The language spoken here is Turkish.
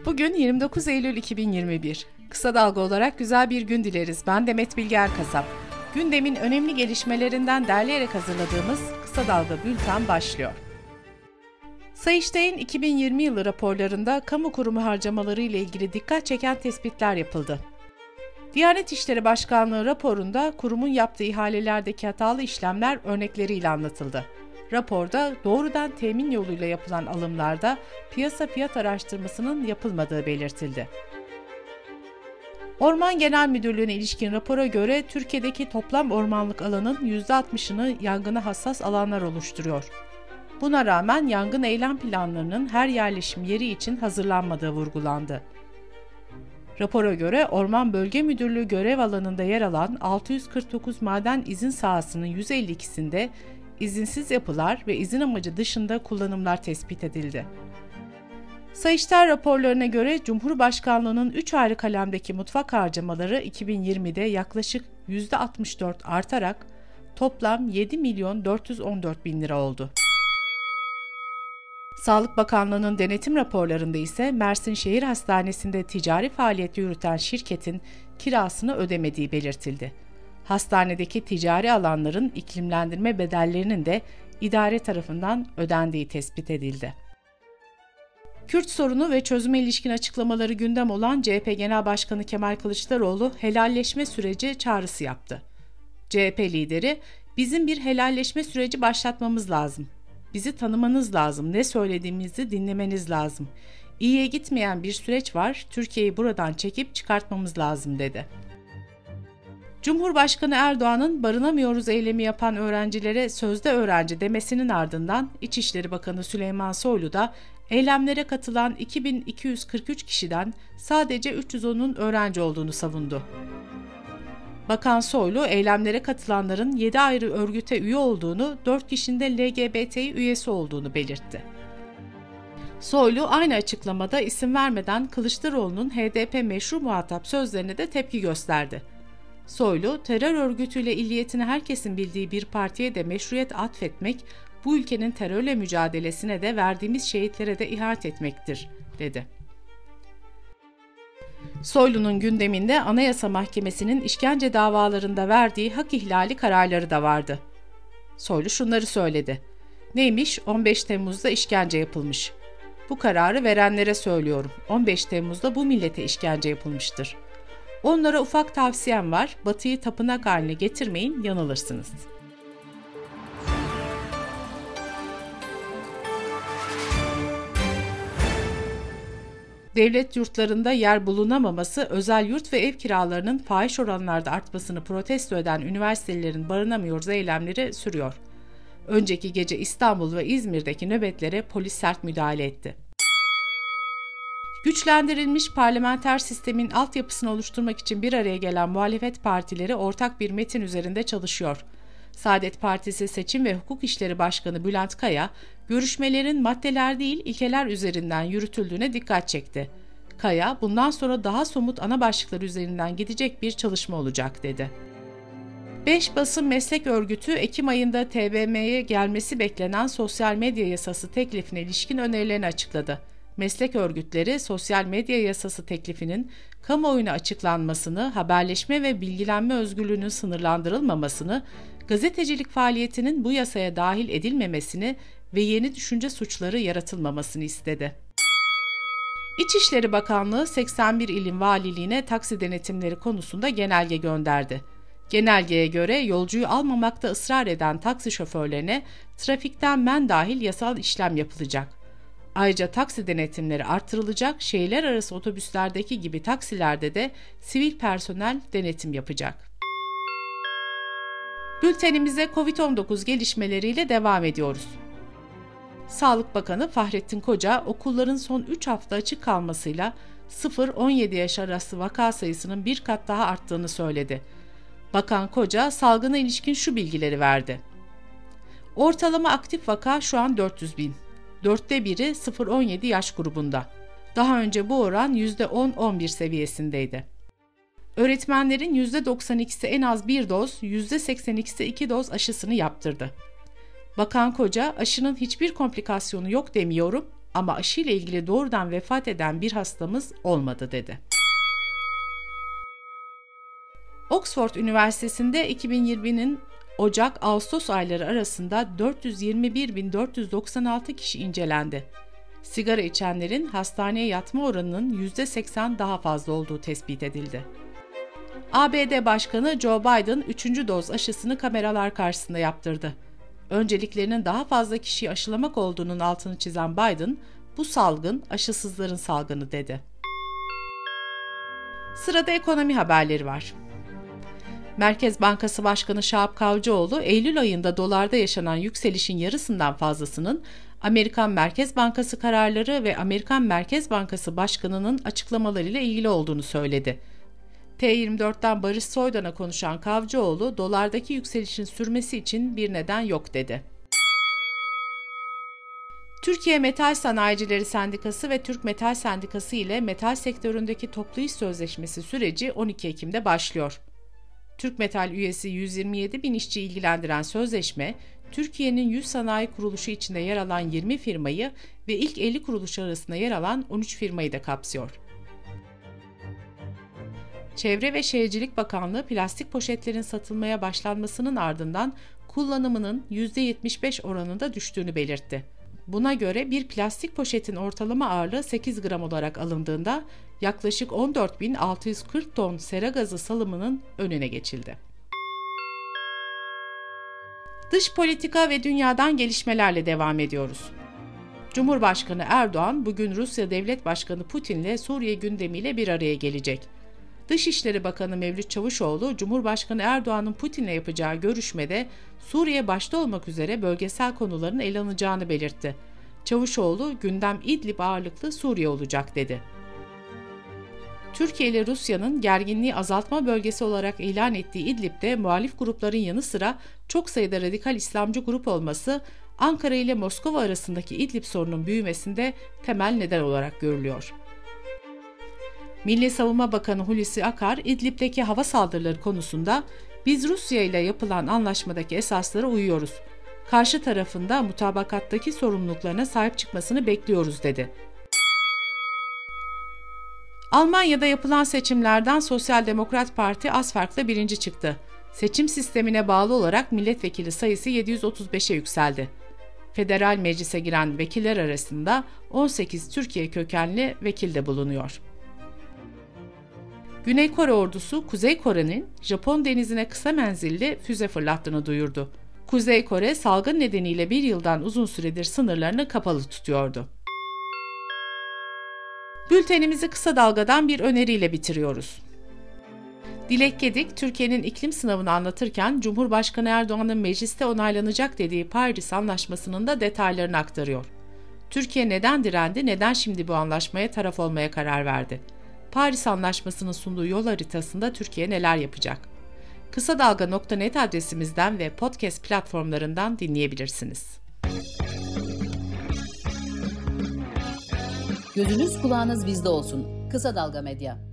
Bugün 29 Eylül 2021. Kısa Dalga olarak güzel bir gün dileriz. Ben Demet Bilge Erkasap. Gündemin önemli gelişmelerinden derleyerek hazırladığımız Kısa Dalga Bülten başlıyor. Sayıştay'ın 2020 yılı raporlarında kamu kurumu harcamaları ile ilgili dikkat çeken tespitler yapıldı. Diyanet İşleri Başkanlığı raporunda kurumun yaptığı ihalelerdeki hatalı işlemler örnekleriyle anlatıldı. Raporda doğrudan temin yoluyla yapılan alımlarda piyasa fiyat araştırmasının yapılmadığı belirtildi. Orman Genel Müdürlüğü'ne ilişkin rapora göre Türkiye'deki toplam ormanlık alanın %60'ını yangına hassas alanlar oluşturuyor. Buna rağmen yangın eylem planlarının her yerleşim yeri için hazırlanmadığı vurgulandı. Rapora göre Orman Bölge Müdürlüğü görev alanında yer alan 649 maden izin sahasının 152'sinde izinsiz yapılar ve izin amacı dışında kullanımlar tespit edildi. Sayıştay raporlarına göre Cumhurbaşkanlığı'nın 3 ayrı kalemdeki mutfak harcamaları 2020'de yaklaşık %64 artarak toplam 7.414.000 lira oldu. Sağlık Bakanlığı'nın denetim raporlarında ise Mersin Şehir Hastanesi'nde ticari faaliyet yürüten şirketin kirasını ödemediği belirtildi. Hastanedeki ticari alanların iklimlendirme bedellerinin de idare tarafından ödendiği tespit edildi. Kürt sorunu ve çözüme ilişkin açıklamaları gündem olan CHP Genel Başkanı Kemal Kılıçdaroğlu helalleşme süreci çağrısı yaptı. CHP lideri, "Bizim bir helalleşme süreci başlatmamız lazım. Bizi tanımanız lazım, ne söylediğimizi dinlemeniz lazım. İyiye gitmeyen bir süreç var, Türkiye'yi buradan çekip çıkartmamız lazım," dedi. Cumhurbaşkanı Erdoğan'ın barınamıyoruz eylemi yapan öğrencilere sözde öğrenci demesinin ardından İçişleri Bakanı Süleyman Soylu da eylemlere katılan 2243 kişiden sadece 310'un öğrenci olduğunu savundu. Bakan Soylu, eylemlere katılanların 7 ayrı örgüte üye olduğunu, 4 kişinin de LGBT üyesi olduğunu belirtti. Soylu aynı açıklamada isim vermeden Kılıçdaroğlu'nun HDP meşru muhatap sözlerine de tepki gösterdi. Soylu, terör örgütüyle illiyetini herkesin bildiği bir partiye de meşruiyet atfetmek, bu ülkenin terörle mücadelesine de verdiğimiz şehitlere de ihanet etmektir, dedi. Soylu'nun gündeminde Anayasa Mahkemesi'nin işkence davalarında verdiği hak ihlali kararları da vardı. Soylu şunları söyledi. Neymiş? 15 Temmuz'da işkence yapılmış. Bu kararı verenlere söylüyorum. 15 Temmuz'da bu millete işkence yapılmıştır. Onlara ufak tavsiyem var. Batı'yı tapınak haline getirmeyin, yanılırsınız. Devlet yurtlarında yer bulunamaması, özel yurt ve ev kiralarının fahiş oranlarda artmasını protesto eden üniversitelerin barınamıyoruz eylemleri sürüyor. Önceki gece İstanbul ve İzmir'deki nöbetlere polis sert müdahale etti. Güçlendirilmiş parlamenter sistemin altyapısını oluşturmak için bir araya gelen muhalefet partileri ortak bir metin üzerinde çalışıyor. Saadet Partisi Seçim ve Hukuk İşleri Başkanı Bülent Kaya, görüşmelerin maddeler değil ilkeler üzerinden yürütüldüğüne dikkat çekti. Kaya, bundan sonra daha somut ana başlıklar üzerinden gidecek bir çalışma olacak, dedi. 5 Basın Meslek Örgütü, Ekim ayında TBMM'ye gelmesi beklenen sosyal medya yasası teklifine ilişkin önerilerini açıkladı. Meslek örgütleri, sosyal medya yasası teklifinin kamuoyuna açıklanmasını, haberleşme ve bilgilenme özgürlüğünün sınırlandırılmamasını, gazetecilik faaliyetinin bu yasaya dahil edilmemesini ve yeni düşünce suçları yaratılmamasını istedi. İçişleri Bakanlığı 81 ilin valiliğine taksi denetimleri konusunda genelge gönderdi. Genelgeye göre yolcuyu almamakta ısrar eden taksi şoförlerine trafikten men dahil yasal işlem yapılacak. Ayrıca taksi denetimleri artırılacak, şehirler arası otobüslerdeki gibi taksilerde de sivil personel denetim yapacak. Bültenimize COVID-19 gelişmeleriyle devam ediyoruz. Sağlık Bakanı Fahrettin Koca, okulların son 3 hafta açık kalmasıyla 0-17 yaş arası vaka sayısının bir kat daha arttığını söyledi. Bakan Koca, salgına ilişkin şu bilgileri verdi. Ortalama aktif vaka şu an 400.000. 4'te biri 0-17 yaş grubunda. Daha önce bu oran %10-11 seviyesindeydi. Öğretmenlerin %92'si en az bir doz, %82'si 2 doz aşısını yaptırdı. Bakan Koca, aşının hiçbir komplikasyonu yok demiyorum, ama aşıyla ilgili doğrudan vefat eden bir hastamız olmadı dedi. Oxford Üniversitesi'nde 2020'nin Ocak-Ağustos ayları arasında 421.496 kişi incelendi. Sigara içenlerin hastaneye yatma oranının %80 daha fazla olduğu tespit edildi. ABD Başkanı Joe Biden 3. doz aşısını kameralar karşısında yaptırdı. Önceliklerinin daha fazla kişiyi aşılamak olduğunun altını çizen Biden, bu salgın aşısızların salgını dedi. Sırada ekonomi haberleri var. Merkez Bankası Başkanı Şahap Kavcıoğlu, Eylül ayında dolarda yaşanan yükselişin yarısından fazlasının Amerikan Merkez Bankası kararları ve Amerikan Merkez Bankası Başkanı'nın açıklamalarıyla ilgili olduğunu söyledi. T24'ten Barış Soydan'a konuşan Kavcıoğlu, dolardaki yükselişin sürmesi için bir neden yok dedi. Türkiye Metal Sanayicileri Sendikası ve Türk Metal Sendikası ile metal sektöründeki toplu iş sözleşmesi süreci 12 Ekim'de başlıyor. Türk Metal üyesi 127 bin işçi ilgilendiren sözleşme, Türkiye'nin 100 sanayi kuruluşu içinde yer alan 20 firmayı ve ilk 50 kuruluş arasında yer alan 13 firmayı da kapsıyor. Çevre ve Şehircilik Bakanlığı plastik poşetlerin satılmaya başlanmasının ardından kullanımının %75 oranında düştüğünü belirtti. Buna göre bir plastik poşetin ortalama ağırlığı 8 gram olarak alındığında yaklaşık 14.640 ton sera gazı salımının önüne geçildi. Dış politika ve dünyadan gelişmelerle devam ediyoruz. Cumhurbaşkanı Erdoğan bugün Rusya Devlet Başkanı Putin'le Suriye gündemiyle bir araya gelecek. Dışişleri Bakanı Mevlüt Çavuşoğlu, Cumhurbaşkanı Erdoğan'ın Putin'le yapacağı görüşmede Suriye başta olmak üzere bölgesel konuların ele alınacağını belirtti. Çavuşoğlu, gündem İdlib ağırlıklı Suriye olacak dedi. Türkiye ile Rusya'nın gerginliği azaltma bölgesi olarak ilan ettiği İdlib'de muhalif grupların yanı sıra çok sayıda radikal İslamcı grup olması, Ankara ile Moskova arasındaki İdlib sorunun büyümesinde temel neden olarak görülüyor. Milli Savunma Bakanı Hulusi Akar, İdlib'deki hava saldırıları konusunda "Biz Rusya ile yapılan anlaşmadaki esaslara uyuyoruz. Karşı tarafında mutabakattaki sorumluluklarına sahip çıkmasını bekliyoruz." dedi. Almanya'da yapılan seçimlerden Sosyal Demokrat Parti az farkla birinci çıktı. Seçim sistemine bağlı olarak milletvekili sayısı 735'e yükseldi. Federal meclise giren vekiller arasında 18 Türkiye kökenli vekil de bulunuyor. Güney Kore ordusu, Kuzey Kore'nin Japon denizine kısa menzilli füze fırlattığını duyurdu. Kuzey Kore, salgın nedeniyle bir yıldan uzun süredir sınırlarını kapalı tutuyordu. Bültenimizi kısa dalgadan bir öneriyle bitiriyoruz. Dilek Gedik, Türkiye'nin iklim sınavını anlatırken Cumhurbaşkanı Erdoğan'ın mecliste onaylanacak dediği Paris Anlaşması'nın da detaylarını aktarıyor. Türkiye neden direndi, neden şimdi bu anlaşmaya taraf olmaya karar verdi? Paris Anlaşması'nın sunduğu yol haritasında Türkiye neler yapacak? Kısadalga.net adresimizden ve podcast platformlarından dinleyebilirsiniz. Gözünüz kulağınız bizde olsun. Kısa Dalga Medya.